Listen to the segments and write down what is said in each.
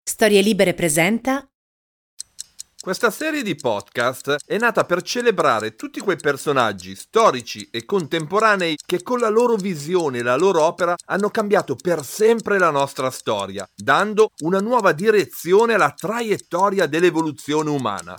Storie Libere presenta. Questa serie di podcast è nata per celebrare tutti quei personaggi storici e contemporanei che con la loro visione e la loro opera hanno cambiato per sempre la nostra storia, dando una nuova direzione alla traiettoria dell'evoluzione umana.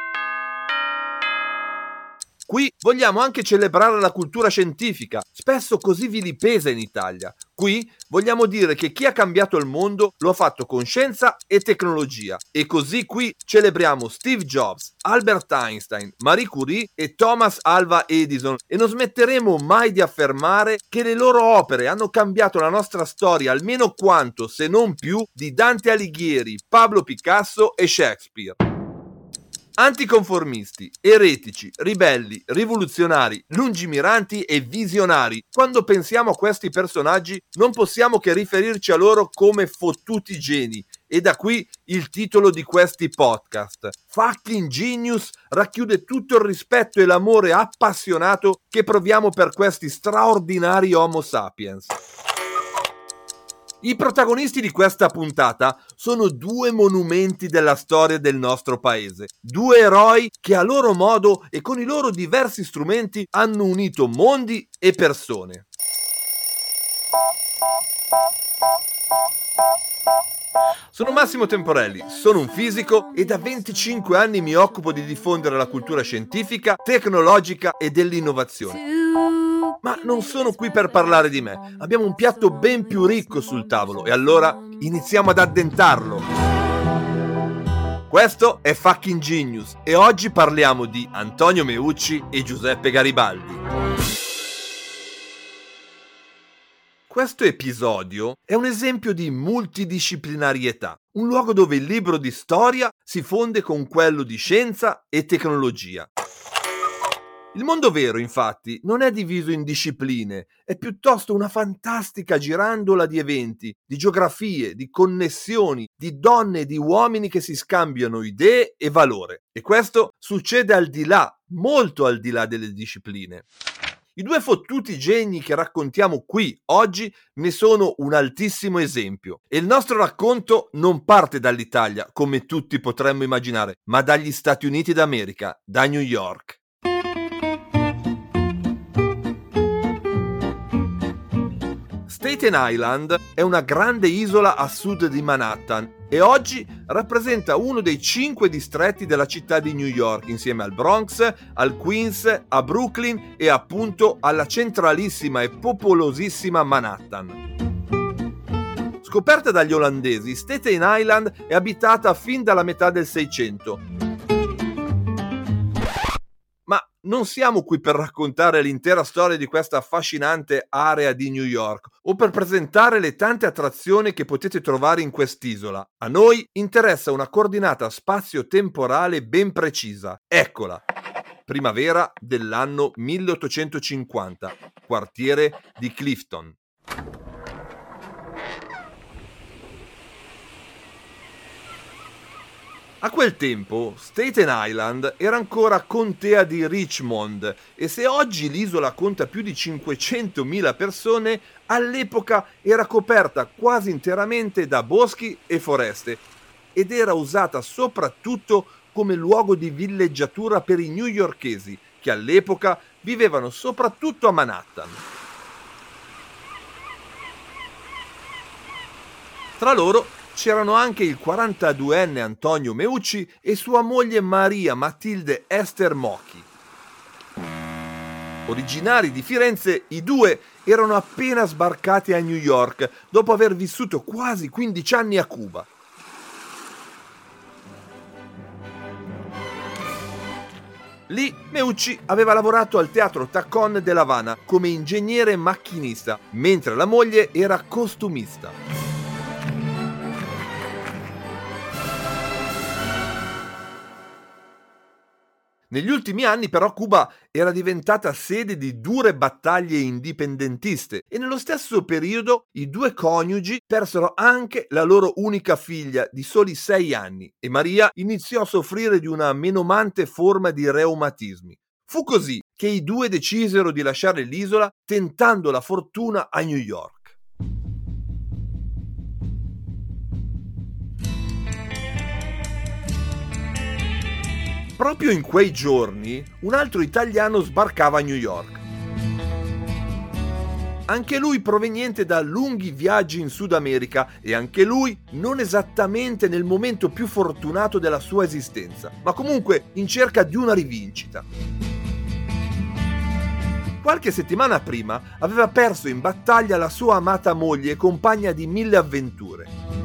Qui vogliamo anche celebrare la cultura scientifica, spesso così vilipesa in Italia. Qui vogliamo dire che chi ha cambiato il mondo lo ha fatto con scienza e tecnologia. E così qui celebriamo Steve Jobs, Albert Einstein, Marie Curie e Thomas Alva Edison e non smetteremo mai di affermare che le loro opere hanno cambiato la nostra storia almeno quanto, se non più, di Dante Alighieri, Pablo Picasso e Shakespeare. Anticonformisti, eretici, ribelli, rivoluzionari, lungimiranti e visionari. Quando pensiamo a questi personaggi non possiamo che riferirci a loro come fottuti geni. E da qui il titolo di questi podcast. Fucking Genius racchiude tutto il rispetto e l'amore appassionato che proviamo per questi straordinari Homo sapiens. I protagonisti di questa puntata sono due monumenti della storia del nostro paese, due eroi che a loro modo e con i loro diversi strumenti hanno unito mondi e persone. Sono Massimo Temporelli, sono un fisico e da 25 anni mi occupo di diffondere la cultura scientifica, tecnologica e dell'innovazione. Ma non sono qui per parlare di me, abbiamo un piatto ben più ricco sul tavolo e allora iniziamo ad addentarlo. Questo è Fucking Genius e oggi parliamo di Antonio Meucci e Giuseppe Garibaldi. Questo episodio è un esempio di multidisciplinarietà, un luogo dove il libro di storia si fonde con quello di scienza e tecnologia. Il mondo vero, infatti, non è diviso in discipline, è piuttosto una fantastica girandola di eventi, di geografie, di connessioni, di donne e di uomini che si scambiano idee e valore. E questo succede al di là, molto al di là delle discipline. I due fottuti geni che raccontiamo qui oggi ne sono un altissimo esempio e il nostro racconto non parte dall'Italia, come tutti potremmo immaginare, ma dagli Stati Uniti d'America, da New York. Staten Island è una grande isola a sud di Manhattan e oggi rappresenta uno dei 5 distretti della città di New York insieme al Bronx, al Queens, a Brooklyn e appunto alla centralissima e popolosissima Manhattan. Scoperta dagli olandesi, Staten Island è abitata fin dalla metà del Seicento. Ma non siamo qui per raccontare l'intera storia di questa affascinante area di New York o per presentare le tante attrazioni che potete trovare in quest'isola. A noi interessa una coordinata spazio-temporale ben precisa. Eccola! Primavera dell'anno 1850, quartiere di Clifton. A quel tempo Staten Island era ancora contea di Richmond e se oggi l'isola conta più di 500.000 persone, all'epoca era coperta quasi interamente da boschi e foreste ed era usata soprattutto come luogo di villeggiatura per i newyorkesi che all'epoca vivevano soprattutto a Manhattan. Tra loro c'erano anche il 42enne Antonio Meucci e sua moglie Maria Matilde Esther Mocchi. Originari di Firenze, i due erano appena sbarcati a New York dopo aver vissuto quasi 15 anni a Cuba. Lì Meucci aveva lavorato al teatro Tacón de La Habana come ingegnere macchinista, mentre la moglie era costumista. Negli ultimi anni però Cuba era diventata sede di dure battaglie indipendentiste e nello stesso periodo i due coniugi persero anche la loro unica figlia di soli 6 anni e Maria iniziò a soffrire di una menomante forma di reumatismi. Fu così che i due decisero di lasciare l'isola tentando la fortuna a New York. Proprio in quei giorni, un altro italiano sbarcava a New York. Anche lui proveniente da lunghi viaggi in Sud America e anche lui non esattamente nel momento più fortunato della sua esistenza, ma comunque in cerca di una rivincita. Qualche settimana prima aveva perso in battaglia la sua amata moglie e compagna di 1000 avventure.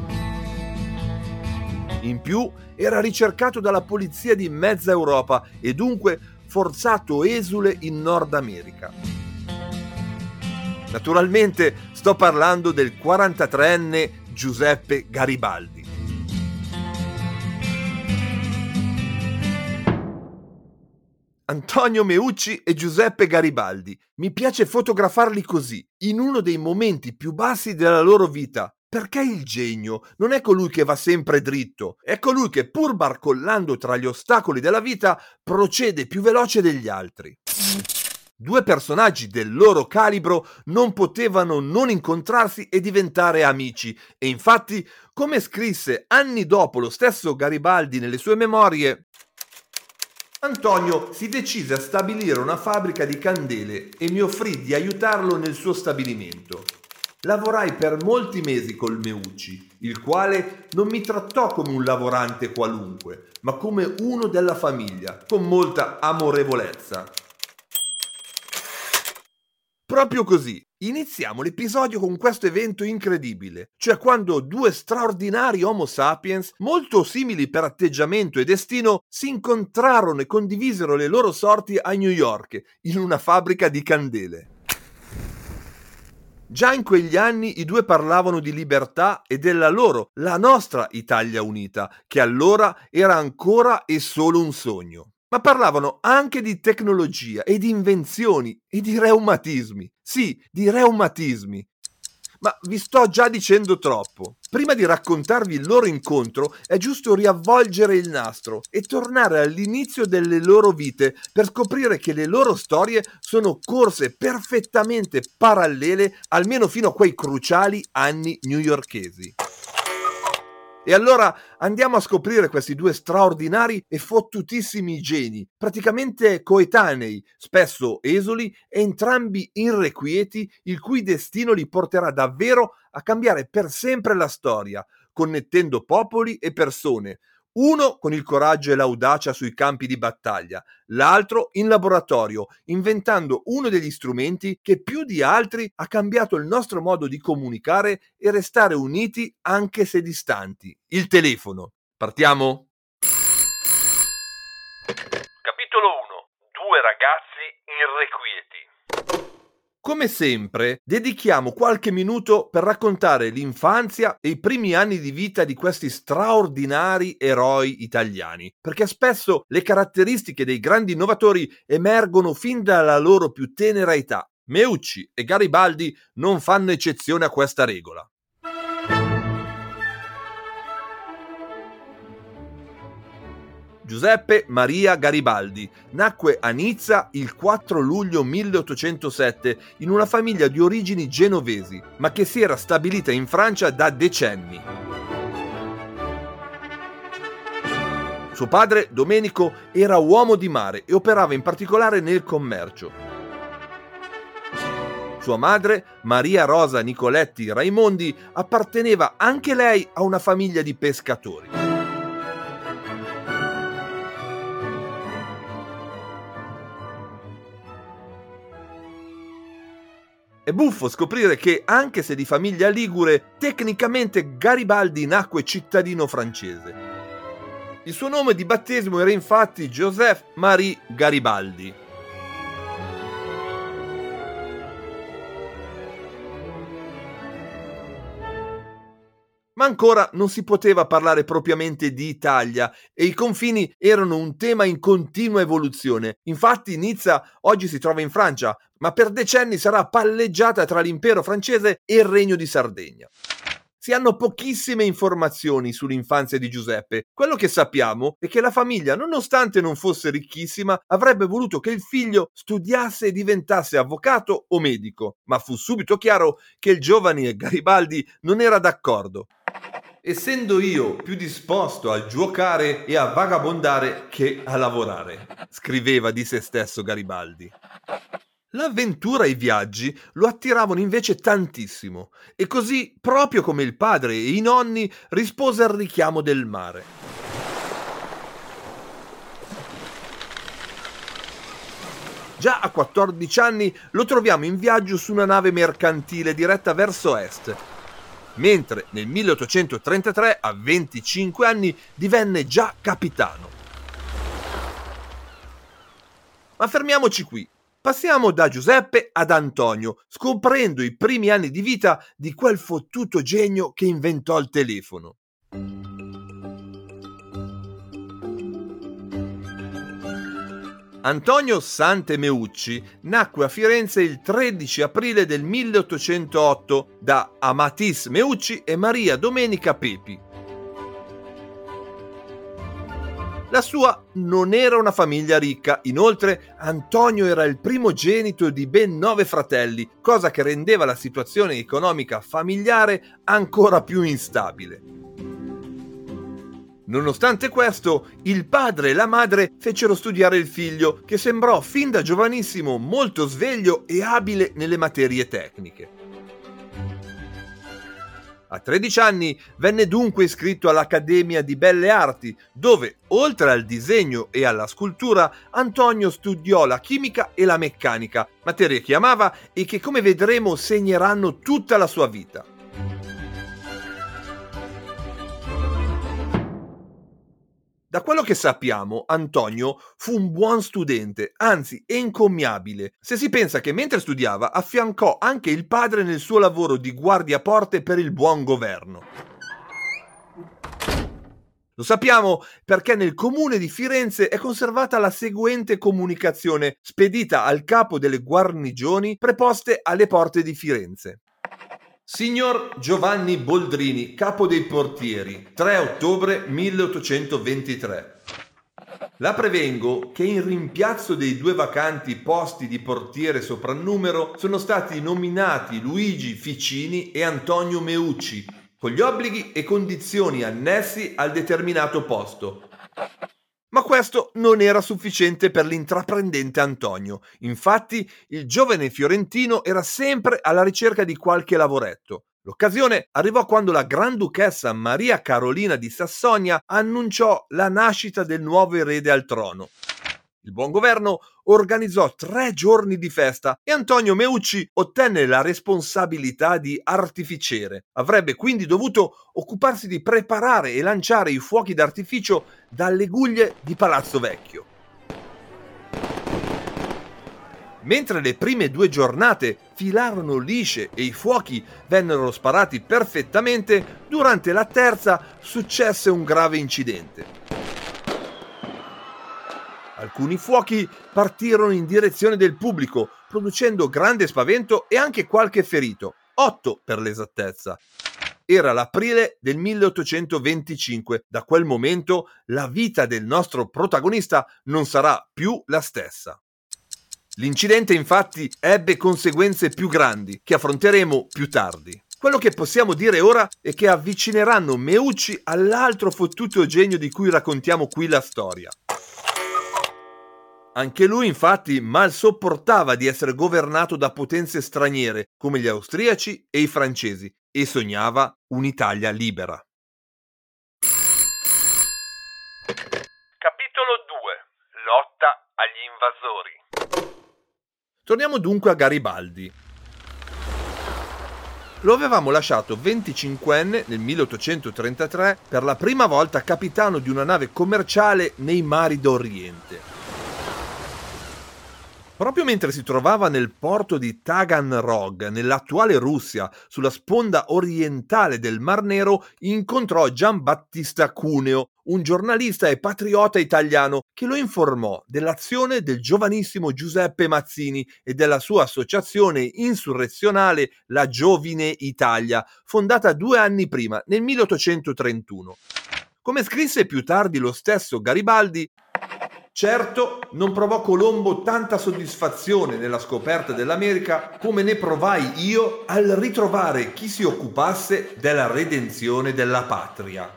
In più era ricercato dalla polizia di mezza Europa e dunque forzato esule in Nord America. Naturalmente sto parlando del 43enne Giuseppe Garibaldi. Antonio Meucci e Giuseppe Garibaldi. Mi piace fotografarli così, in uno dei momenti più bassi della loro vita. Perché il genio non è colui che va sempre dritto, è colui che pur barcollando tra gli ostacoli della vita procede più veloce degli altri. Due personaggi del loro calibro non potevano non incontrarsi e diventare amici e infatti, come scrisse anni dopo lo stesso Garibaldi nelle sue memorie, Antonio si decise a stabilire una fabbrica di candele e mi offrì di aiutarlo nel suo stabilimento. Lavorai per molti mesi col Meucci, il quale non mi trattò come un lavorante qualunque, ma come uno della famiglia, con molta amorevolezza. Proprio così, iniziamo l'episodio con questo evento incredibile, cioè quando due straordinari Homo sapiens, molto simili per atteggiamento e destino, si incontrarono e condivisero le loro sorti a New York, in una fabbrica di candele. Già in quegli anni i due parlavano di libertà e della loro, la nostra Italia unita, che allora era ancora e solo un sogno. Ma parlavano anche di tecnologia e di invenzioni e di reumatismi. Sì, di reumatismi. Ma vi sto già dicendo troppo. Prima di raccontarvi il loro incontro è giusto riavvolgere il nastro e tornare all'inizio delle loro vite per scoprire che le loro storie sono corse perfettamente parallele almeno fino a quei cruciali anni newyorkesi. E allora andiamo a scoprire questi due straordinari e fottutissimi geni, praticamente coetanei, spesso esuli, e entrambi irrequieti, il cui destino li porterà davvero a cambiare per sempre la storia, connettendo popoli e persone, uno con il coraggio e l'audacia sui campi di battaglia, l'altro in laboratorio, inventando uno degli strumenti che più di altri ha cambiato il nostro modo di comunicare e restare uniti anche se distanti. Il telefono. Partiamo? Capitolo 1. Due ragazzi irrequieti. Come sempre, dedichiamo qualche minuto per raccontare l'infanzia e i primi anni di vita di questi straordinari eroi italiani, perché spesso le caratteristiche dei grandi innovatori emergono fin dalla loro più tenera età. Meucci e Garibaldi non fanno eccezione a questa regola. Giuseppe Maria Garibaldi nacque a Nizza il 4 luglio 1807 in una famiglia di origini genovesi, ma che si era stabilita in Francia da decenni. Suo padre, Domenico, era uomo di mare e operava in particolare nel commercio. Sua madre, Maria Rosa Nicoletti Raimondi, apparteneva anche lei a una famiglia di pescatori. È buffo scoprire che, anche se di famiglia ligure, tecnicamente Garibaldi nacque cittadino francese. Il suo nome di battesimo era infatti Joseph-Marie Garibaldi. Ma ancora non si poteva parlare propriamente di Italia e i confini erano un tema in continua evoluzione. Infatti Nizza oggi si trova in Francia, ma per decenni sarà palleggiata tra l'impero francese e il regno di Sardegna. Si hanno pochissime informazioni sull'infanzia di Giuseppe. Quello che sappiamo è che la famiglia, nonostante non fosse ricchissima, avrebbe voluto che il figlio studiasse e diventasse avvocato o medico, ma fu subito chiaro che il giovane Garibaldi non era d'accordo. essendo io più disposto a giocare e a vagabondare che a lavorare, scriveva di se stesso Garibaldi. L'avventura e i viaggi lo attiravano invece tantissimo e così, proprio come il padre e i nonni, rispose al richiamo del mare. Già a 14 anni lo troviamo in viaggio su una nave mercantile diretta verso est, mentre nel 1833, a 25 anni, divenne già capitano. Ma fermiamoci qui. Passiamo da Giuseppe ad Antonio, scoprendo i primi anni di vita di quel fottuto genio che inventò il telefono. Antonio Sante Meucci nacque a Firenze il 13 aprile del 1808 da Amatis Meucci e Maria Domenica Pepi. La sua non era una famiglia ricca, inoltre Antonio era il primogenito di ben 9 fratelli, cosa che rendeva la situazione economica familiare ancora più instabile. Nonostante questo, il padre e la madre fecero studiare il figlio, che sembrò fin da giovanissimo molto sveglio e abile nelle materie tecniche. A 13 anni venne dunque iscritto all'Accademia di Belle Arti, dove, oltre al disegno e alla scultura, Antonio studiò la chimica e la meccanica, materie che amava e che, come vedremo, segneranno tutta la sua vita. Da quello che sappiamo, Antonio fu un buon studente, anzi encomiabile, se si pensa che mentre studiava affiancò anche il padre nel suo lavoro di guardiaporte per il buon governo. Lo sappiamo perché nel comune di Firenze è conservata la seguente comunicazione spedita al capo delle guarnigioni preposte alle porte di Firenze. Signor Giovanni Boldrini, capo dei portieri, 3 ottobre 1823. La prevengo che in rimpiazzo dei 2 vacanti posti di portiere soprannumero sono stati nominati Luigi Ficini e Antonio Meucci, con gli obblighi e condizioni annessi al determinato posto. Ma questo non era sufficiente per l'intraprendente Antonio. Infatti, il giovane fiorentino era sempre alla ricerca di qualche lavoretto. L'occasione arrivò quando la Granduchessa Maria Carolina di Sassonia annunciò la nascita del nuovo erede al trono. Il buon governo organizzò 3 giorni di festa e Antonio Meucci ottenne la responsabilità di artificiere. Avrebbe quindi dovuto occuparsi di preparare e lanciare i fuochi d'artificio dalle guglie di Palazzo Vecchio. Mentre le prime 2 giornate filarono lisce e i fuochi vennero sparati perfettamente, durante la terza successe un grave incidente. Alcuni fuochi partirono in direzione del pubblico, producendo grande spavento e anche qualche ferito, 8 per l'esattezza. Era l'aprile del 1825, da quel momento la vita del nostro protagonista non sarà più la stessa. L'incidente infatti ebbe conseguenze più grandi, che affronteremo più tardi. Quello che possiamo dire ora è che avvicineranno Meucci all'altro fottuto genio di cui raccontiamo qui la storia. Anche lui infatti mal sopportava di essere governato da potenze straniere come gli austriaci e i francesi e sognava un'Italia libera. Capitolo 2. Lotta agli invasori. Torniamo dunque a Garibaldi. Lo avevamo lasciato 25enne nel 1833 per la prima volta capitano di una nave commerciale nei mari d'Oriente. Proprio mentre si trovava nel porto di Taganrog, nell'attuale Russia, sulla sponda orientale del Mar Nero, incontrò Giambattista Cuneo, un giornalista e patriota italiano, che lo informò dell'azione del giovanissimo Giuseppe Mazzini e della sua associazione insurrezionale La Giovine Italia, fondata 2 anni prima, nel 1831. Come scrisse più tardi lo stesso Garibaldi, Certo, non provò Colombo tanta soddisfazione nella scoperta dell'America come ne provai io al ritrovare chi si occupasse della redenzione della patria.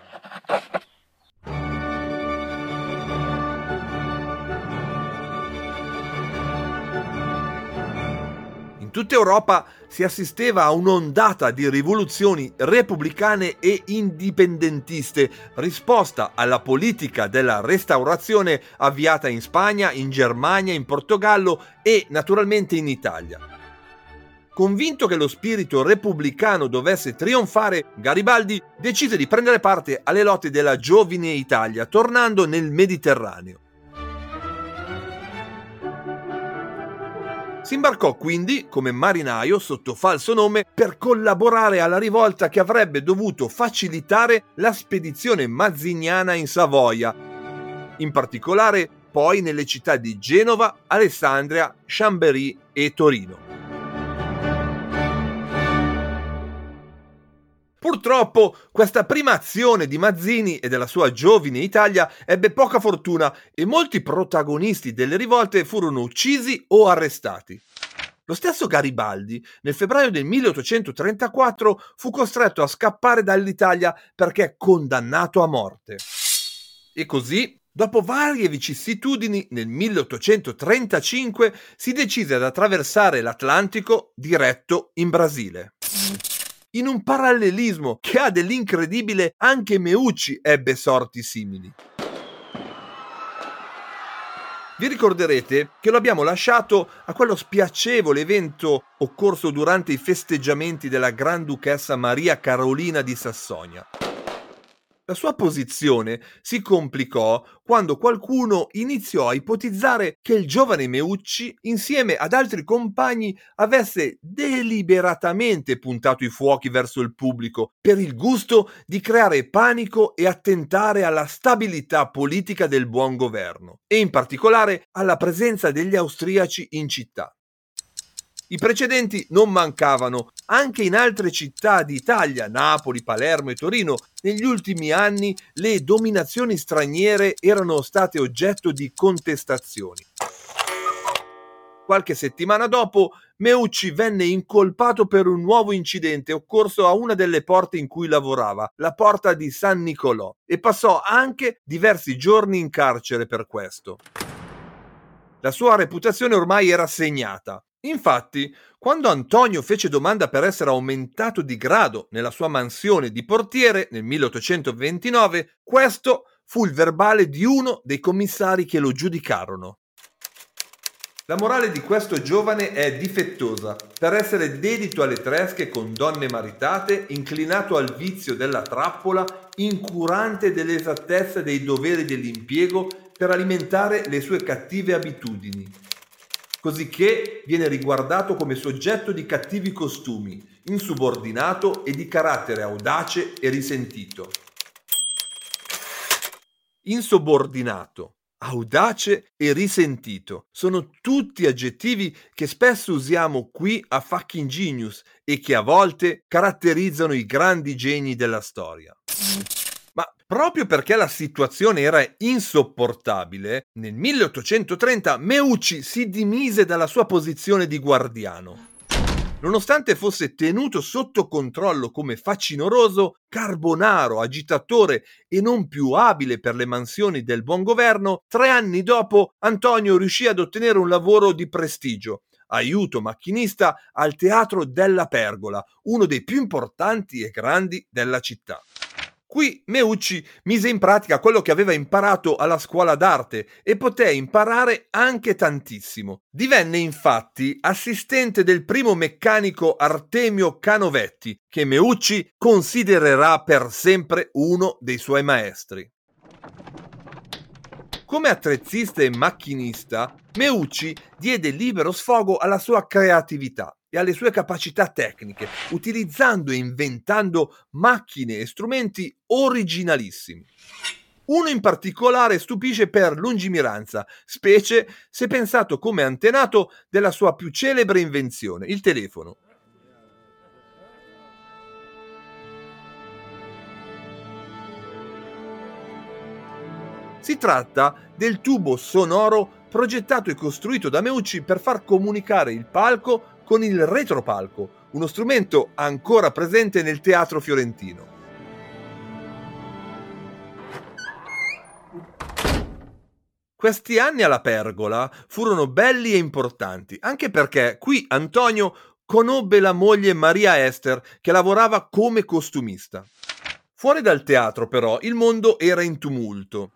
In tutta Europa si assisteva a un'ondata di rivoluzioni repubblicane e indipendentiste, risposta alla politica della restaurazione avviata in Spagna, in Germania, in Portogallo e naturalmente in Italia. Convinto che lo spirito repubblicano dovesse trionfare, Garibaldi decise di prendere parte alle lotte della giovine Italia, tornando nel Mediterraneo. Si imbarcò quindi come marinaio sotto falso nome per collaborare alla rivolta che avrebbe dovuto facilitare la spedizione mazziniana in Savoia, in particolare poi nelle città di Genova, Alessandria, Chambéry e Torino. Purtroppo questa prima azione di Mazzini e della sua giovine Italia ebbe poca fortuna e molti protagonisti delle rivolte furono uccisi o arrestati. Lo stesso Garibaldi, nel febbraio del 1834, fu costretto a scappare dall'Italia perché condannato a morte. E così, dopo varie vicissitudini, nel 1835 si decise ad attraversare l'Atlantico diretto in Brasile. In un parallelismo che ha dell'incredibile, anche Meucci ebbe sorti simili. Vi ricorderete che lo abbiamo lasciato a quello spiacevole evento occorso durante i festeggiamenti della Granduchessa Maria Carolina di Sassonia. La sua posizione si complicò quando qualcuno iniziò a ipotizzare che il giovane Meucci, insieme ad altri compagni, avesse deliberatamente puntato i fuochi verso il pubblico per il gusto di creare panico e attentare alla stabilità politica del buon governo, e in particolare alla presenza degli austriaci in città. I precedenti non mancavano. Anche in altre città d'Italia, Napoli, Palermo e Torino, negli ultimi anni le dominazioni straniere erano state oggetto di contestazioni. Qualche settimana dopo, Meucci venne incolpato per un nuovo incidente occorso a una delle porte in cui lavorava, la porta di San Nicolò, e passò anche diversi giorni in carcere per questo. La sua reputazione ormai era segnata. Infatti, quando Antonio fece domanda per essere aumentato di grado nella sua mansione di portiere nel 1829, questo fu il verbale di uno dei commissari che lo giudicarono. La morale di questo giovane è difettosa. Per essere dedito alle tresche con donne maritate, inclinato al vizio della trappola, incurante dell'esattezza dei doveri dell'impiego per alimentare le sue cattive abitudini, cosicché viene riguardato come soggetto di cattivi costumi, insubordinato e di carattere audace e risentito. Insubordinato, audace e risentito sono tutti aggettivi che spesso usiamo qui a fucking genius e che a volte caratterizzano i grandi geni della storia. Ma proprio perché la situazione era insopportabile, nel 1830 Meucci si dimise dalla sua posizione di guardiano. Nonostante fosse tenuto sotto controllo come facinoroso, carbonaro, agitatore e non più abile per le mansioni del buon governo, 3 anni dopo Antonio riuscì ad ottenere un lavoro di prestigio, aiuto macchinista al Teatro della Pergola, uno dei più importanti e grandi della città. Qui Meucci mise in pratica quello che aveva imparato alla scuola d'arte e poté imparare anche tantissimo. Divenne infatti assistente del primo meccanico Artemio Canovetti, che Meucci considererà per sempre uno dei suoi maestri. Come attrezzista e macchinista, Meucci diede libero sfogo alla sua creatività e alle sue capacità tecniche, utilizzando e inventando macchine e strumenti originalissimi. Uno in particolare stupisce per lungimiranza, specie se pensato come antenato della sua più celebre invenzione, il telefono. Si tratta del tubo sonoro progettato e costruito da Meucci per far comunicare il palco con il retropalco, uno strumento ancora presente nel teatro fiorentino. Questi anni alla Pergola furono belli e importanti, anche perché qui Antonio conobbe la moglie Maria Ester, che lavorava come costumista. Fuori dal teatro, però, il mondo era in tumulto.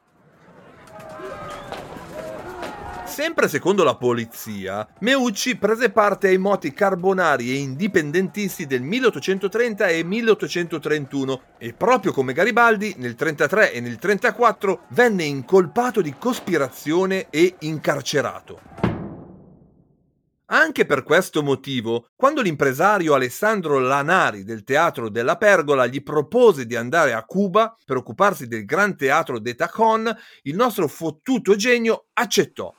Sempre secondo la polizia, Meucci prese parte ai moti carbonari e indipendentisti del 1830 e 1831 e proprio come Garibaldi nel 1933 e nel 1934 venne incolpato di cospirazione e incarcerato. Anche per questo motivo, quando l'impresario Alessandro Lanari del Teatro della Pergola gli propose di andare a Cuba per occuparsi del Gran Teatro de Tacón, il nostro fottuto genio accettò.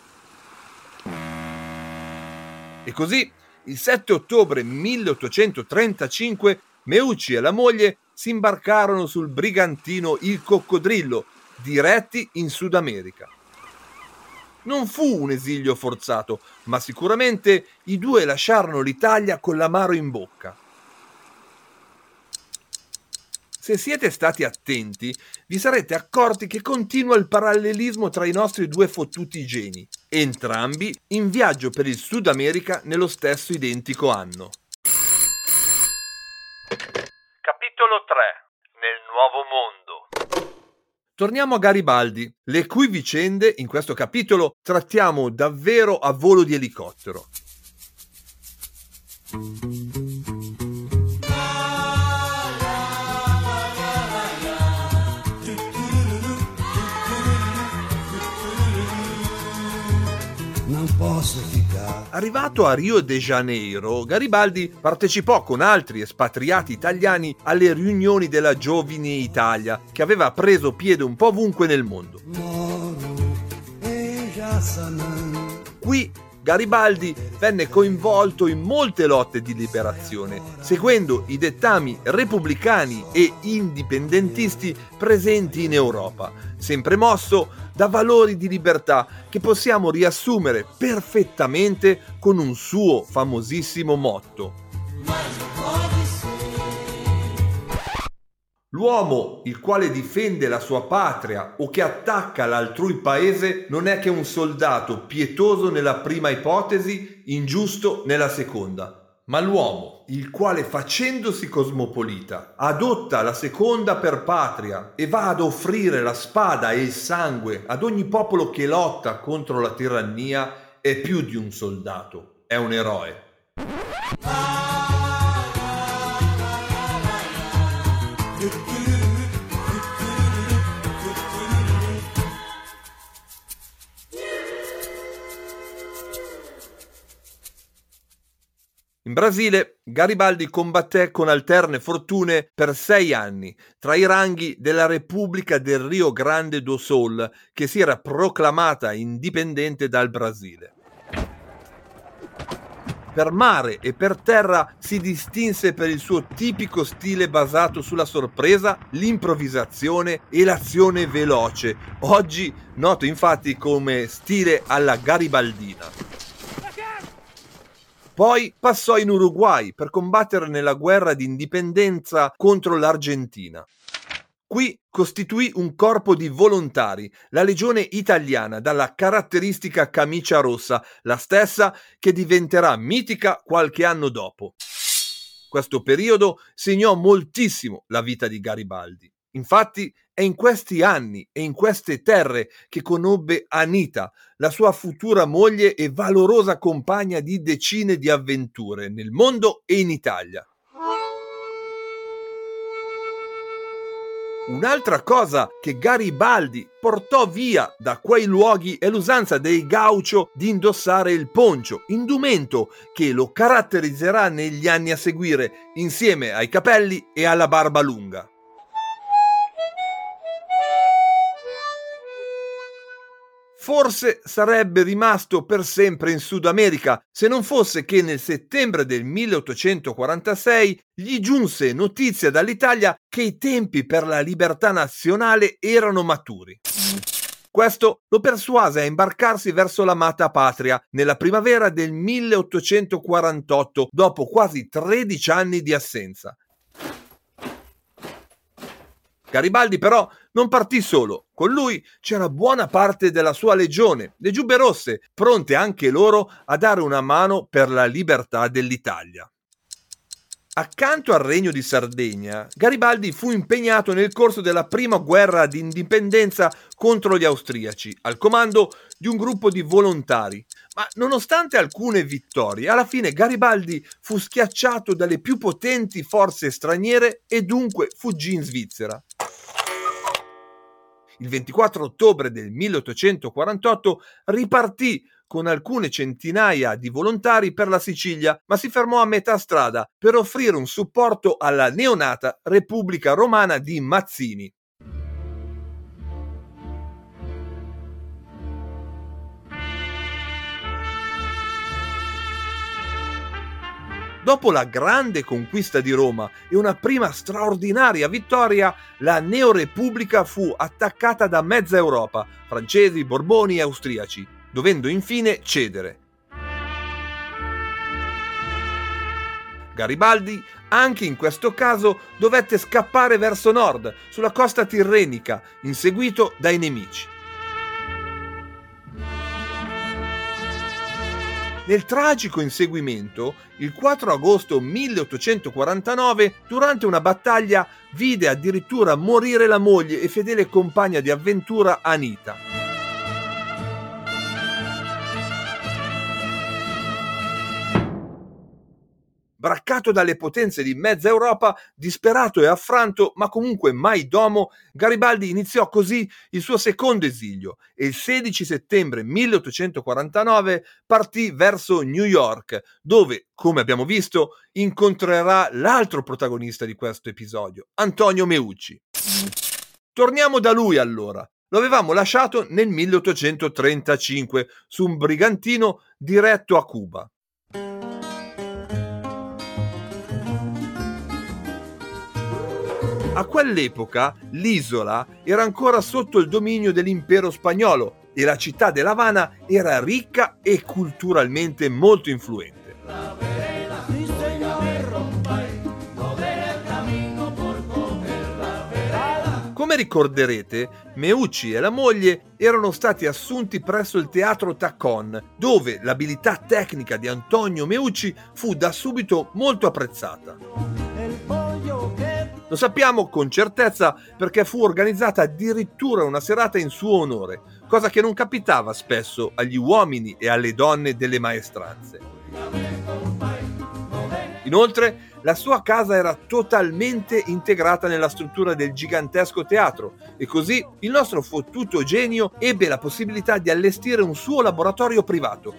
E così, il 7 ottobre 1835, Meucci e la moglie si imbarcarono sul brigantino Il Coccodrillo, diretti in Sud America. Non fu un esilio forzato, ma sicuramente i due lasciarono l'Italia con l'amaro in bocca. Se siete stati attenti, vi sarete accorti che continua il parallelismo tra i nostri due fottuti geni, entrambi in viaggio per il Sud America nello stesso identico anno. Capitolo 3. Nel Nuovo Mondo. Torniamo a Garibaldi, le cui vicende in questo capitolo trattiamo davvero a volo di elicottero. Arrivato a Rio de Janeiro, Garibaldi partecipò con altri espatriati italiani alle riunioni della Giovine Italia, che aveva preso piede un po' ovunque nel mondo. Qui Garibaldi venne coinvolto in molte lotte di liberazione, seguendo i dettami repubblicani e indipendentisti presenti in Europa, sempre mosso da valori di libertà che possiamo riassumere perfettamente con un suo famosissimo motto. L'uomo il quale difende la sua patria o che attacca l'altrui paese non è che un soldato pietoso nella prima ipotesi, ingiusto nella seconda, ma l'uomo il quale facendosi cosmopolita adotta la seconda per patria e va ad offrire la spada e il sangue ad ogni popolo che lotta contro la tirannia è più di un soldato, è un eroe. In Brasile, Garibaldi combatté con alterne fortune per 6 anni tra i ranghi della Repubblica del Rio Grande do Sul, che si era proclamata indipendente dal Brasile. Per mare e per terra si distinse per il suo tipico stile basato sulla sorpresa, l'improvvisazione e l'azione veloce, oggi noto infatti come stile alla garibaldina. Poi passò in Uruguay per combattere nella guerra di indipendenza contro l'Argentina. Qui costituì un corpo di volontari, la Legione Italiana, dalla caratteristica camicia rossa, la stessa che diventerà mitica qualche anno dopo. Questo periodo segnò moltissimo la vita di Garibaldi. Infatti è in questi anni e in queste terre che conobbe Anita, la sua futura moglie e valorosa compagna di decine di avventure nel mondo e in Italia. Un'altra cosa che Garibaldi portò via da quei luoghi è l'usanza dei gaucho di indossare il poncio, indumento che lo caratterizzerà negli anni a seguire, insieme ai capelli e alla barba lunga. Forse sarebbe rimasto per sempre in Sud America se non fosse che nel settembre del 1846 gli giunse notizia dall'Italia che i tempi per la libertà nazionale erano maturi. Questo lo persuase a imbarcarsi verso l'amata patria nella primavera del 1848, dopo quasi 13 anni di assenza. Garibaldi però non partì solo, con lui c'era buona parte della sua legione, le Giubbe Rosse, pronte anche loro a dare una mano per la libertà dell'Italia. Accanto al Regno di Sardegna, Garibaldi fu impegnato nel corso della prima guerra di indipendenza contro gli austriaci, al comando di un gruppo di volontari. Ma nonostante alcune vittorie, alla fine Garibaldi fu schiacciato dalle più potenti forze straniere e dunque fuggì in Svizzera. Il 24 ottobre del 1848 ripartì con alcune centinaia di volontari per la Sicilia, ma si fermò a metà strada per offrire un supporto alla neonata Repubblica Romana di Mazzini. Dopo la grande conquista di Roma e una prima straordinaria vittoria, la Neorepubblica fu attaccata da mezza Europa, francesi, borboni e austriaci, dovendo infine cedere. Garibaldi, anche in questo caso, dovette scappare verso nord, sulla costa tirrenica, inseguito dai nemici. Nel tragico inseguimento, il 4 agosto 1849, durante una battaglia, vide addirittura morire la moglie e fedele compagna di avventura Anita. Braccato dalle potenze di mezza Europa, disperato e affranto, ma comunque mai domo, Garibaldi iniziò così il suo secondo esilio e il 16 settembre 1849 partì verso New York, dove, come abbiamo visto, incontrerà l'altro protagonista di questo episodio, Antonio Meucci. Torniamo da lui allora. Lo avevamo lasciato nel 1835 su un brigantino diretto a Cuba. A quell'epoca l'isola era ancora sotto il dominio dell'impero spagnolo e la città dell'Havana era ricca e culturalmente molto influente. Come ricorderete, Meucci e la moglie erano stati assunti presso il Teatro Taccone, dove l'abilità tecnica di Antonio Meucci fu da subito molto apprezzata. Lo sappiamo con certezza perché fu organizzata addirittura una serata in suo onore, cosa che non capitava spesso agli uomini e alle donne delle maestranze. Inoltre, la sua casa era totalmente integrata nella struttura del gigantesco teatro e così il nostro fottuto genio ebbe la possibilità di allestire un suo laboratorio privato.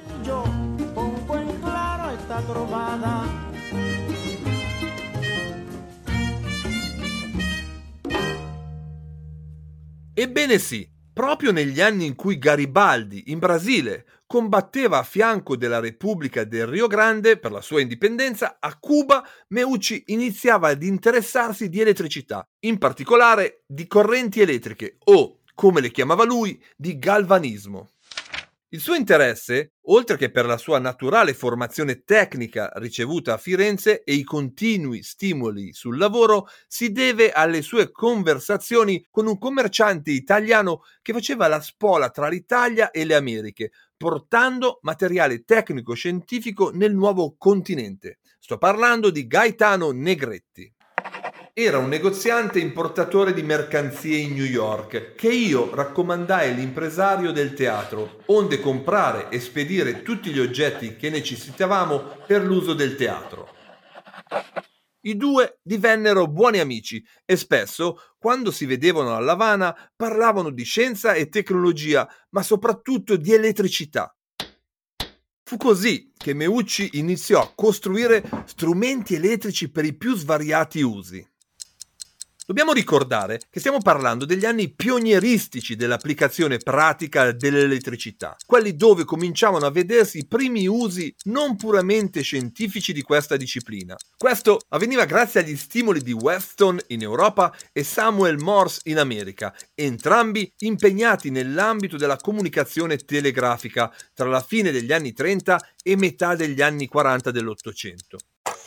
Ebbene sì, proprio negli anni in cui Garibaldi, in Brasile, combatteva a fianco della Repubblica del Rio Grande per la sua indipendenza, a Cuba Meucci iniziava ad interessarsi di elettricità, in particolare di correnti elettriche o, come le chiamava lui, di galvanismo. Il suo interesse, oltre che per la sua naturale formazione tecnica ricevuta a Firenze e i continui stimoli sul lavoro, si deve alle sue conversazioni con un commerciante italiano che faceva la spola tra l'Italia e le Americhe, portando materiale tecnico-scientifico nel nuovo continente. Sto parlando di Gaetano Negretti. Era un negoziante importatore di mercanzie in New York che io raccomandai all'impresario del teatro, onde comprare e spedire tutti gli oggetti che necessitavamo per l'uso del teatro. I due divennero buoni amici e spesso, quando si vedevano all'Havana, parlavano di scienza e tecnologia, ma soprattutto di elettricità. Fu così che Meucci iniziò a costruire strumenti elettrici per i più svariati usi. Dobbiamo ricordare che stiamo parlando degli anni pionieristici dell'applicazione pratica dell'elettricità, quelli dove cominciavano a vedersi i primi usi non puramente scientifici di questa disciplina. Questo avveniva grazie agli stimoli di Weston in Europa e Samuel Morse in America, entrambi impegnati nell'ambito della comunicazione telegrafica tra la fine degli anni 30 e metà degli anni 40 dell'Ottocento.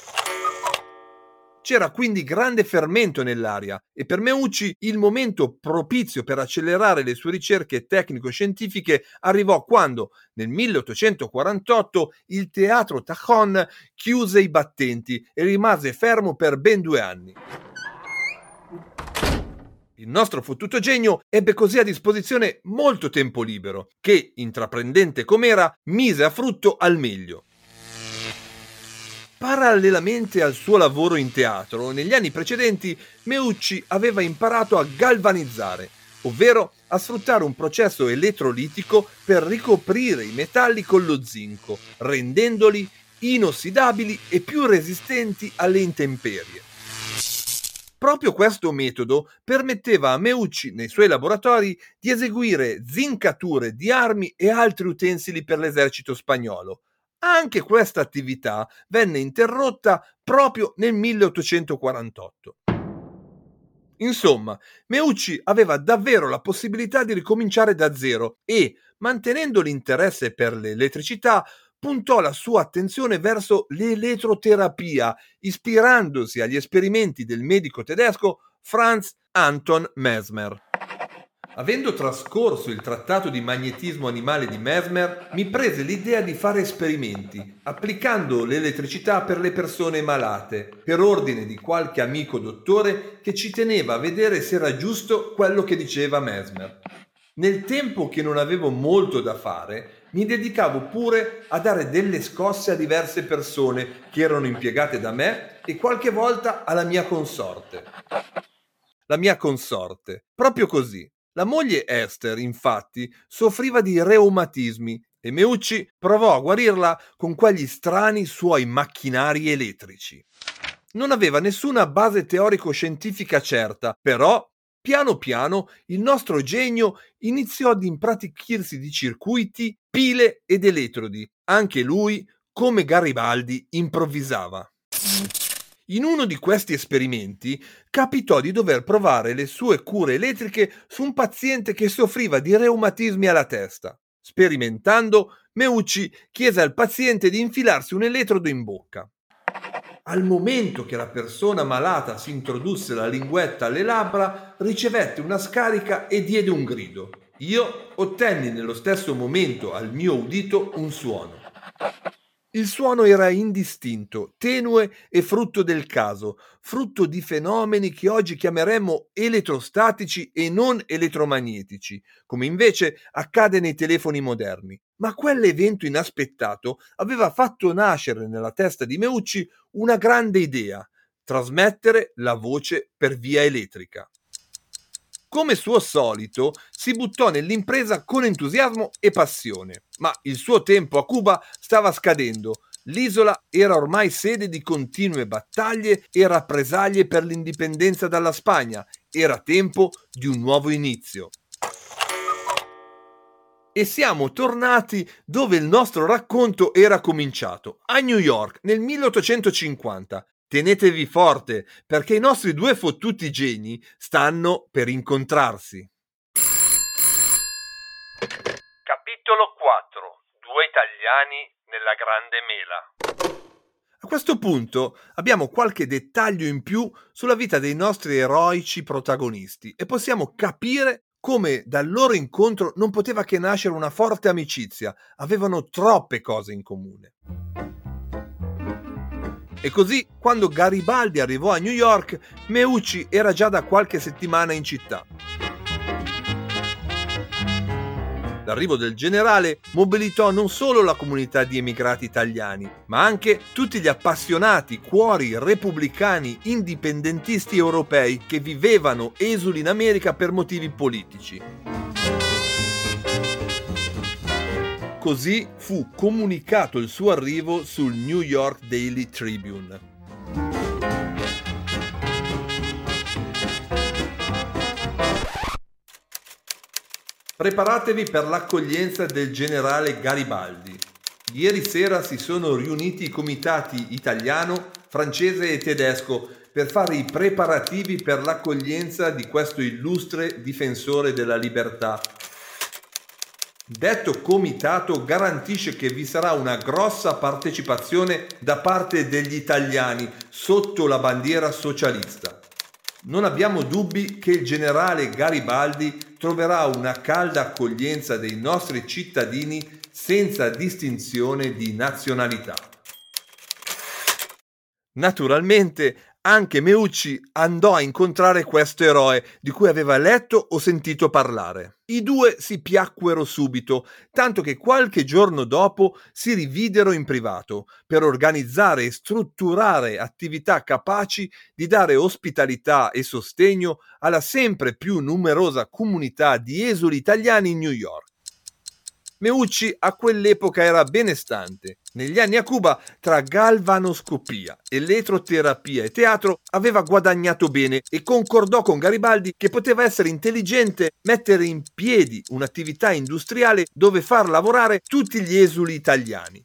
C'era quindi grande fermento nell'aria e per Meucci il momento propizio per accelerare le sue ricerche tecnico-scientifiche arrivò quando, nel 1848, il teatro Tachon chiuse i battenti e rimase fermo per ben 2 anni. Il nostro fottuto genio ebbe così a disposizione molto tempo libero, che, intraprendente com'era, mise a frutto al meglio. Parallelamente al suo lavoro in teatro, negli anni precedenti Meucci aveva imparato a galvanizzare, ovvero a sfruttare un processo elettrolitico per ricoprire i metalli con lo zinco, rendendoli inossidabili e più resistenti alle intemperie. Proprio questo metodo permetteva a Meucci nei suoi laboratori di eseguire zincature di armi e altri utensili per l'esercito spagnolo. Anche questa attività venne interrotta proprio nel 1848. Insomma, Meucci aveva davvero la possibilità di ricominciare da zero e, mantenendo l'interesse per l'elettricità, puntò la sua attenzione verso l'elettroterapia, ispirandosi agli esperimenti del medico tedesco Franz Anton Mesmer. Avendo trascorso il trattato di magnetismo animale di Mesmer, mi prese l'idea di fare esperimenti, applicando l'elettricità per le persone malate, per ordine di qualche amico dottore che ci teneva a vedere se era giusto quello che diceva Mesmer. Nel tempo che non avevo molto da fare, mi dedicavo pure a dare delle scosse a diverse persone che erano impiegate da me e qualche volta alla mia consorte. La mia consorte, proprio così. La moglie Esther, infatti, soffriva di reumatismi e Meucci provò a guarirla con quegli strani suoi macchinari elettrici. Non aveva nessuna base teorico-scientifica certa, però, piano piano, il nostro genio iniziò ad impratichirsi di circuiti, pile ed elettrodi. Anche lui, come Garibaldi, improvvisava. In uno di questi esperimenti capitò di dover provare le sue cure elettriche su un paziente che soffriva di reumatismi alla testa. Sperimentando, Meucci chiese al paziente di infilarsi un elettrodo in bocca. Al momento che la persona malata si introdusse la linguetta alle labbra, ricevette una scarica e diede un grido. Io ottenni nello stesso momento al mio udito un suono. Il suono era indistinto, tenue e frutto del caso, frutto di fenomeni che oggi chiameremmo elettrostatici e non elettromagnetici, come invece accade nei telefoni moderni. Ma quell'evento inaspettato aveva fatto nascere nella testa di Meucci una grande idea: trasmettere la voce per via elettrica. Come suo solito, si buttò nell'impresa con entusiasmo e passione, ma il suo tempo a Cuba stava scadendo. L'isola era ormai sede di continue battaglie e rappresaglie per l'indipendenza dalla Spagna. Era tempo di un nuovo inizio. E siamo tornati dove il nostro racconto era cominciato, a New York, nel 1850. Tenetevi forte, perché i nostri due fottuti geni stanno per incontrarsi. Capitolo 4. Due italiani nella Grande Mela. A questo punto abbiamo qualche dettaglio in più sulla vita dei nostri eroici protagonisti e possiamo capire come dal loro incontro non poteva che nascere una forte amicizia. Avevano troppe cose in comune. E così, quando Garibaldi arrivò a New York, Meucci era già da qualche settimana in città. L'arrivo del generale mobilitò non solo la comunità di emigrati italiani, ma anche tutti gli appassionati cuori repubblicani indipendentisti europei che vivevano esuli in America per motivi politici. Così fu comunicato il suo arrivo sul New York Daily Tribune. Preparatevi per l'accoglienza del generale Garibaldi. Ieri sera si sono riuniti i comitati italiano, francese e tedesco per fare i preparativi per l'accoglienza di questo illustre difensore della libertà. Detto comitato garantisce che vi sarà una grossa partecipazione da parte degli italiani sotto la bandiera socialista. Non abbiamo dubbi che il generale Garibaldi troverà una calda accoglienza dei nostri cittadini senza distinzione di nazionalità. Naturalmente anche Meucci andò a incontrare questo eroe di cui aveva letto o sentito parlare. I due si piacquero subito, tanto che qualche giorno dopo si rividero in privato per organizzare e strutturare attività capaci di dare ospitalità e sostegno alla sempre più numerosa comunità di esuli italiani in New York. Meucci a quell'epoca era benestante. Negli anni a Cuba, tra galvanoscopia, elettroterapia e teatro, aveva guadagnato bene e concordò con Garibaldi che poteva essere intelligente mettere in piedi un'attività industriale dove far lavorare tutti gli esuli italiani.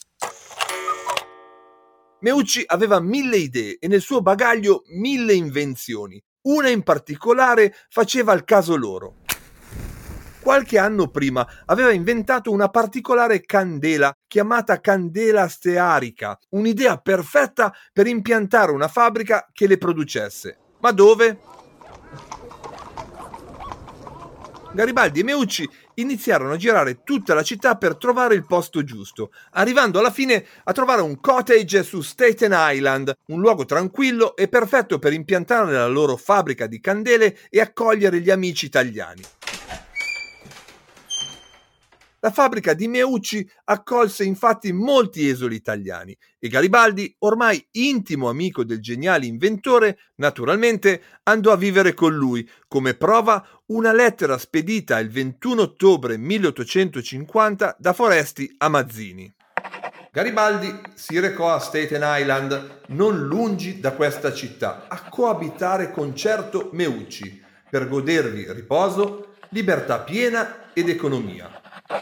Meucci aveva 1000 idee e nel suo bagaglio 1000 invenzioni. Una in particolare faceva il caso loro. Qualche anno prima aveva inventato una particolare candela chiamata candela stearica, un'idea perfetta per impiantare una fabbrica che le producesse. Ma dove? Garibaldi e Meucci iniziarono a girare tutta la città per trovare il posto giusto, arrivando alla fine a trovare un cottage su Staten Island, un luogo tranquillo e perfetto per impiantare la loro fabbrica di candele e accogliere gli amici italiani. La fabbrica di Meucci accolse infatti molti esuli italiani e Garibaldi, ormai intimo amico del geniale inventore, naturalmente andò a vivere con lui, come prova una lettera spedita il 21 ottobre 1850 da Foresti a Mazzini. Garibaldi si recò a Staten Island, non lungi da questa città, a coabitare con certo Meucci, per godervi riposo, libertà piena ed economia.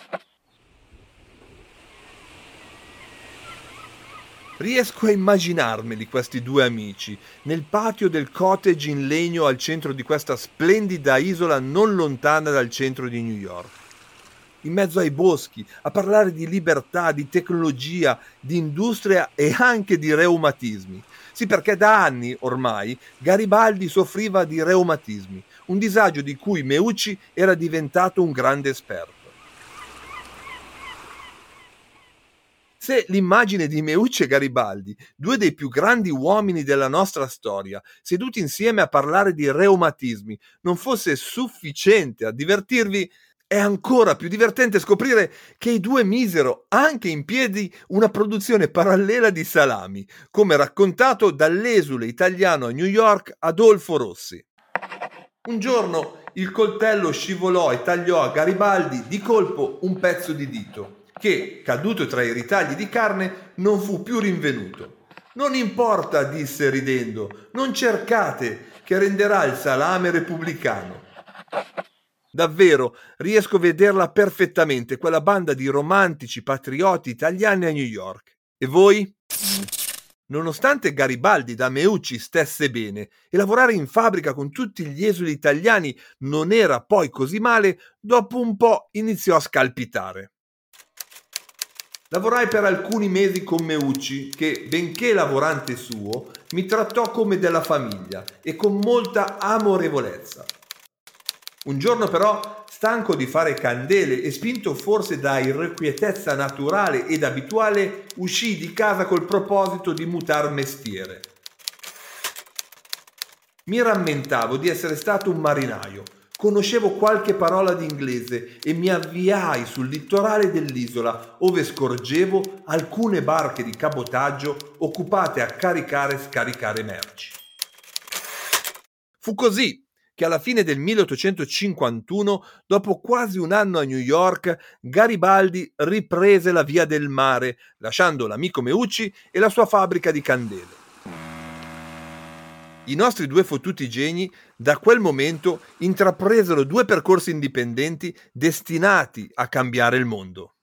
Riesco a immaginarmeli questi due amici nel patio del cottage in legno al centro di questa splendida isola non lontana dal centro di New York, in mezzo ai boschi, a parlare di libertà, di tecnologia, di industria e anche di reumatismi. Sì, perché da anni ormai Garibaldi soffriva di reumatismi, un disagio di cui Meucci era diventato un grande esperto. Se l'immagine di Meucci e Garibaldi, due dei più grandi uomini della nostra storia, seduti insieme a parlare di reumatismi, non fosse sufficiente a divertirvi, è ancora più divertente scoprire che i due misero anche in piedi una produzione parallela di salami, come raccontato dall'esule italiano a New York Adolfo Rossi. Un giorno il coltello scivolò e tagliò a Garibaldi di colpo un pezzo di dito, che, caduto tra i ritagli di carne, non fu più rinvenuto. «Non importa», disse ridendo, «non cercate, che renderà il salame repubblicano». Davvero, riesco a vederla perfettamente, quella banda di romantici patrioti italiani a New York. E voi? Nonostante Garibaldi da Meucci stesse bene e lavorare in fabbrica con tutti gli esuli italiani non era poi così male, dopo un po' iniziò a scalpitare. Lavorai per alcuni mesi con Meucci che, benché lavorante suo, mi trattò come della famiglia e con molta amorevolezza. Un giorno però, stanco di fare candele e spinto forse da irrequietezza naturale ed abituale, uscii di casa col proposito di mutar mestiere. Mi rammentavo di essere stato un marinaio. Conoscevo qualche parola di inglese e mi avviai sul litorale dell'isola, ove scorgevo alcune barche di cabotaggio occupate a caricare e scaricare merci. Fu così che alla fine del 1851, dopo quasi un anno a New York, Garibaldi riprese la via del mare, lasciando l'amico Meucci e la sua fabbrica di candele. I nostri due fottuti geni da quel momento intrapresero due percorsi indipendenti destinati a cambiare il mondo.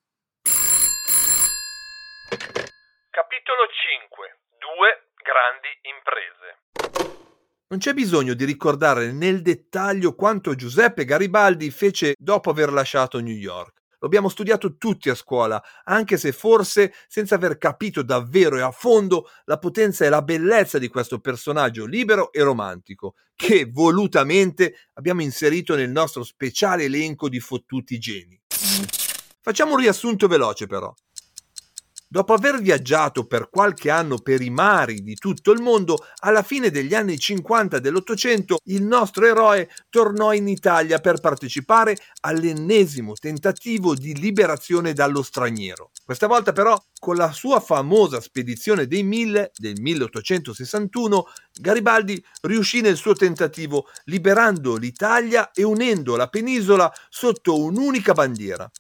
Capitolo 5. Due grandi imprese. Non c'è bisogno di ricordare nel dettaglio quanto Giuseppe Garibaldi fece dopo aver lasciato New York. Lo abbiamo studiato tutti a scuola, anche se forse senza aver capito davvero e a fondo la potenza e la bellezza di questo personaggio libero e romantico, che volutamente abbiamo inserito nel nostro speciale elenco di fottuti geni. Facciamo un riassunto veloce però. Dopo aver viaggiato per qualche anno per i mari di tutto il mondo, alla fine degli anni 50 dell'Ottocento il nostro eroe tornò in Italia per partecipare all'ennesimo tentativo di liberazione dallo straniero. Questa volta però, con la sua famosa spedizione dei 1000 del 1861, Garibaldi riuscì nel suo tentativo liberando l'Italia e unendo la penisola sotto un'unica bandiera.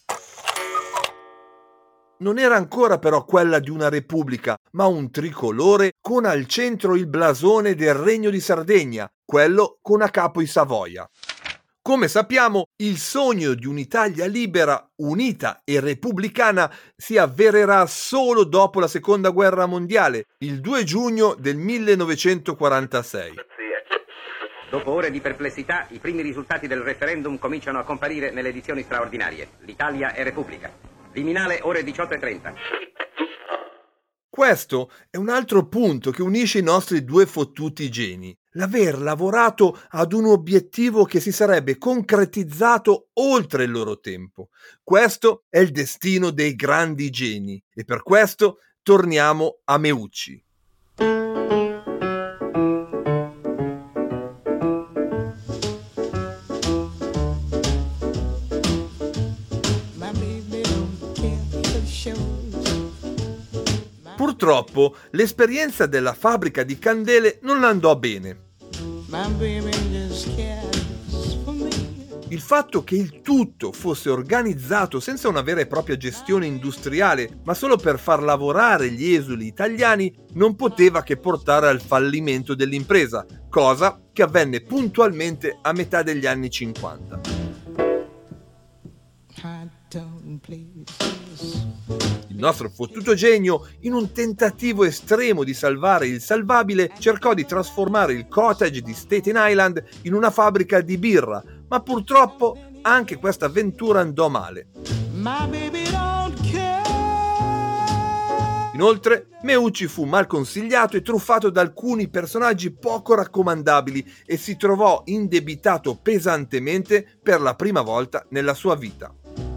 Non era ancora però quella di una repubblica, ma un tricolore con al centro il blasone del Regno di Sardegna, quello con a capo i Savoia. Come sappiamo, il sogno di un'Italia libera, unita e repubblicana si avvererà solo dopo la Seconda Guerra Mondiale, il 2 giugno del 1946. Dopo ore di perplessità, i primi risultati del referendum cominciano a comparire nelle edizioni straordinarie. L'Italia è repubblica. Viminale, ore 18:30. Questo è un altro punto che unisce i nostri due fottuti geni. L'aver lavorato ad un obiettivo che si sarebbe concretizzato oltre il loro tempo. Questo è il destino dei grandi geni e per questo torniamo a Meucci. Purtroppo l'esperienza della fabbrica di candele non andò bene. Il fatto che il tutto fosse organizzato senza una vera e propria gestione industriale, ma solo per far lavorare gli esuli italiani, non poteva che portare al fallimento dell'impresa, cosa che avvenne puntualmente a metà degli anni 50. Il nostro fottuto genio, in un tentativo estremo di salvare il salvabile, cercò di trasformare il cottage di Staten Island in una fabbrica di birra, ma purtroppo anche questa avventura andò male. Inoltre, Meucci fu mal consigliato e truffato da alcuni personaggi poco raccomandabili e si trovò indebitato pesantemente per la prima volta nella sua vita.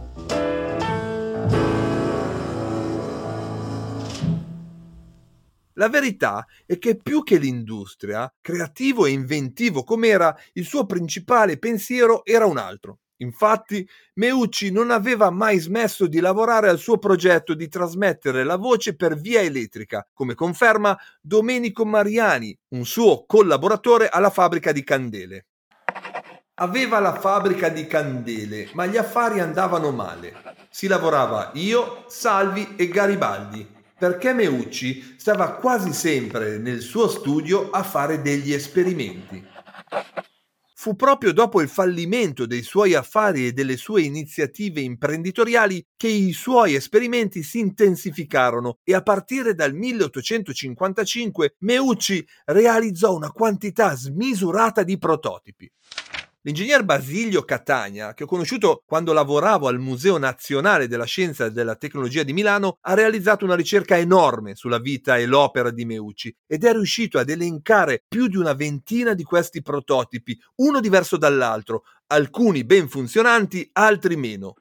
La verità è che più che l'industria, creativo e inventivo com'era, il suo principale pensiero era un altro. Infatti, Meucci non aveva mai smesso di lavorare al suo progetto di trasmettere la voce per via elettrica, come conferma Domenico Mariani, un suo collaboratore alla fabbrica di candele. Aveva la fabbrica di candele, ma gli affari andavano male. Si lavorava io, Salvi e Garibaldi, perché Meucci stava quasi sempre nel suo studio a fare degli esperimenti. Fu proprio dopo il fallimento dei suoi affari e delle sue iniziative imprenditoriali che i suoi esperimenti si intensificarono e a partire dal 1855 Meucci realizzò una quantità smisurata di prototipi. L'ingegner Basilio Catania, che ho conosciuto quando lavoravo al Museo Nazionale della Scienza e della Tecnologia di Milano, ha realizzato una ricerca enorme sulla vita e l'opera di Meucci ed è riuscito ad elencare più di una ventina di questi prototipi, uno diverso dall'altro, alcuni ben funzionanti, altri meno.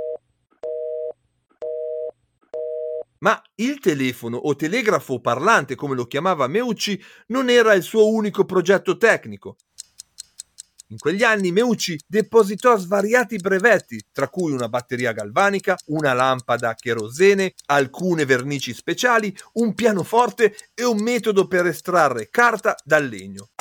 Ma il telefono o telegrafo parlante, come lo chiamava Meucci, non era il suo unico progetto tecnico. In quegli anni Meucci depositò svariati brevetti, tra cui una batteria galvanica, una lampada a cherosene, alcune vernici speciali, un pianoforte e un metodo per estrarre carta dal legno.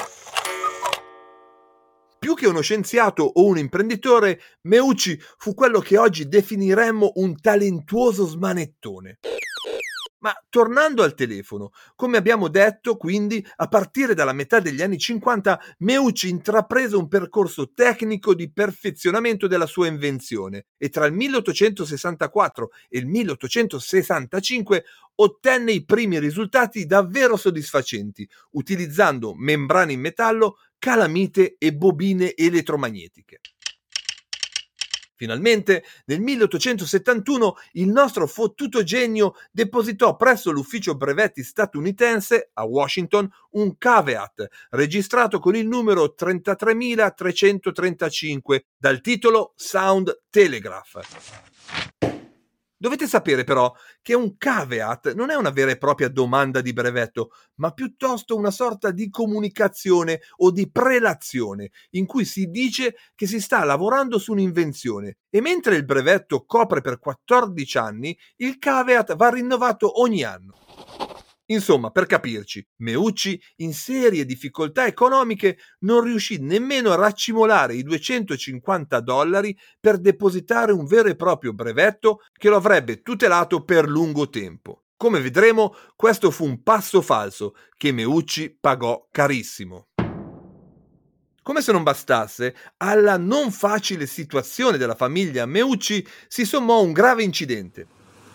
Più che uno scienziato o un imprenditore, Meucci fu quello che oggi definiremmo un talentuoso smanettone. Ma tornando al telefono, come abbiamo detto, quindi, a partire dalla metà degli anni 50, Meucci intraprese un percorso tecnico di perfezionamento della sua invenzione e tra il 1864 e il 1865 ottenne i primi risultati davvero soddisfacenti, utilizzando membrane in metallo, calamite e bobine elettromagnetiche. Finalmente, nel 1871, il nostro fottuto genio depositò presso l'ufficio brevetti statunitense, a Washington, un caveat registrato con il numero 33335 dal titolo Sound Telegraph. Dovete sapere però che un caveat non è una vera e propria domanda di brevetto, ma piuttosto una sorta di comunicazione o di prelazione in cui si dice che si sta lavorando su un'invenzione e mentre il brevetto copre per 14 anni, il caveat va rinnovato ogni anno. Insomma, per capirci, Meucci, in serie difficoltà economiche, non riuscì nemmeno a raccimolare i $250 per depositare un vero e proprio brevetto che lo avrebbe tutelato per lungo tempo. Come vedremo, questo fu un passo falso che Meucci pagò carissimo. Come se non bastasse, alla non facile situazione della famiglia Meucci si sommò un grave incidente.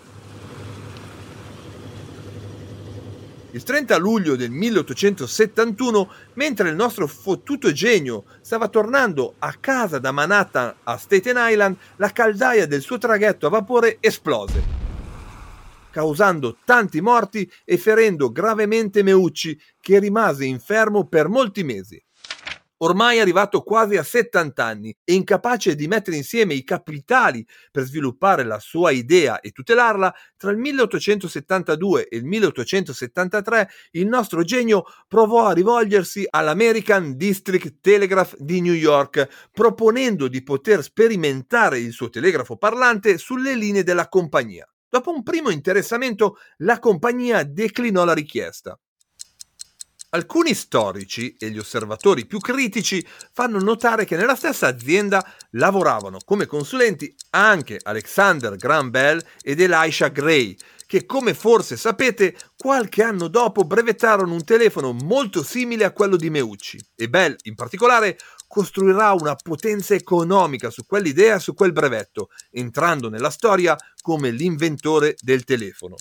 Il 30 luglio del 1871, mentre il nostro fottuto genio stava tornando a casa da Manhattan a Staten Island, la caldaia del suo traghetto a vapore esplose, causando tanti morti e ferendo gravemente Meucci, che rimase infermo per molti mesi. Ormai arrivato quasi a 70 anni e incapace di mettere insieme i capitali per sviluppare la sua idea e tutelarla, tra il 1872 e il 1873 il nostro genio provò a rivolgersi all'American District Telegraph di New York, proponendo di poter sperimentare il suo telegrafo parlante sulle linee della compagnia. Dopo un primo interessamento, la compagnia declinò la richiesta. Alcuni storici e gli osservatori più critici fanno notare che nella stessa azienda lavoravano come consulenti anche Alexander Graham Bell ed Elisha Gray, che come forse sapete qualche anno dopo brevettarono un telefono molto simile a quello di Meucci e Bell in particolare costruirà una potenza economica su quell'idea e su quel brevetto, entrando nella storia come l'inventore del telefono.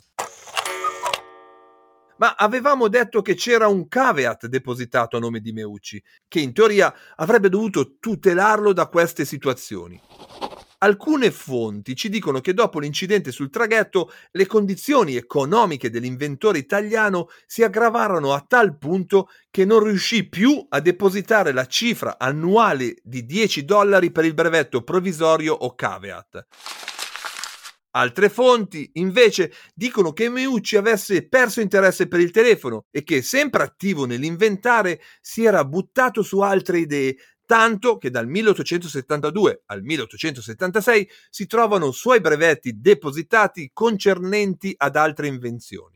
Ma avevamo detto che c'era un caveat depositato a nome di Meucci, che in teoria avrebbe dovuto tutelarlo da queste situazioni. Alcune fonti ci dicono che dopo l'incidente sul traghetto le condizioni economiche dell'inventore italiano si aggravarono a tal punto che non riuscì più a depositare la cifra annuale di $10 per il brevetto provvisorio o caveat. Altre fonti, invece, dicono che Meucci avesse perso interesse per il telefono e che, sempre attivo nell'inventare, si era buttato su altre idee, tanto che dal 1872 al 1876 si trovano suoi brevetti depositati concernenti ad altre invenzioni.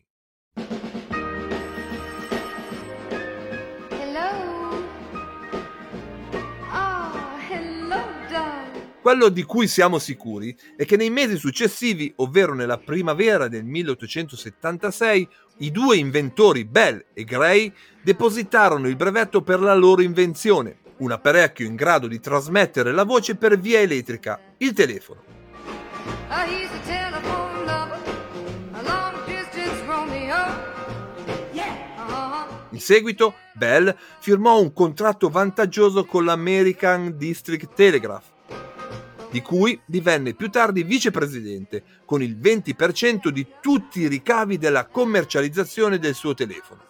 Quello di cui siamo sicuri è che nei mesi successivi, ovvero nella primavera del 1876, i due inventori Bell e Gray depositarono il brevetto per la loro invenzione, un apparecchio in grado di trasmettere la voce per via elettrica, il telefono. In seguito, Bell firmò un contratto vantaggioso con l'American District Telegraph, di cui divenne più tardi vicepresidente, con il 20% di tutti i ricavi della commercializzazione del suo telefono.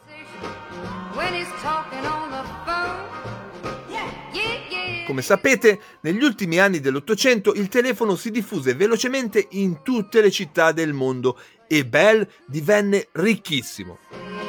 Come sapete, negli ultimi anni dell'Ottocento il telefono si diffuse velocemente in tutte le città del mondo e Bell divenne ricchissimo.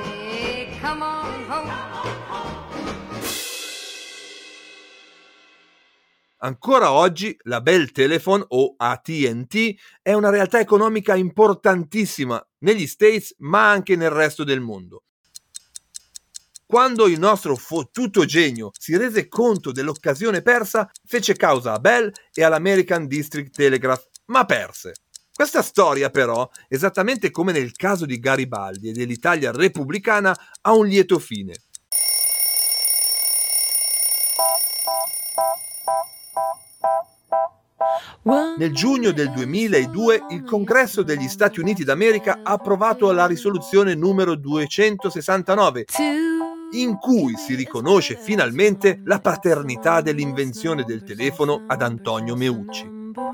Ancora oggi la Bell Telephone o AT&T è una realtà economica importantissima negli States ma anche nel resto del mondo. Quando il nostro fottuto genio si rese conto dell'occasione persa, fece causa a Bell e all'American District Telegraph, ma perse. Questa storia però, esattamente come nel caso di Garibaldi e dell'Italia repubblicana, ha un lieto fine. Nel giugno del 2002 il Congresso degli Stati Uniti d'America ha approvato la risoluzione numero 269, in cui si riconosce finalmente la paternità dell'invenzione del telefono ad Antonio Meucci.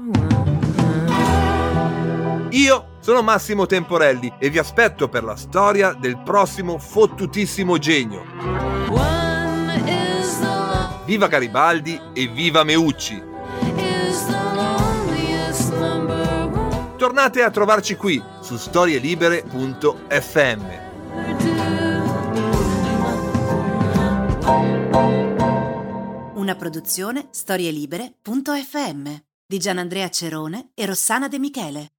Io sono Massimo Temporelli e vi aspetto per la storia del prossimo fottutissimo genio. Viva Garibaldi e viva Meucci! Tornate a trovarci qui su storielibere.fm. Una produzione storielibere.fm di Gianandrea Cerone e Rossana De Michele.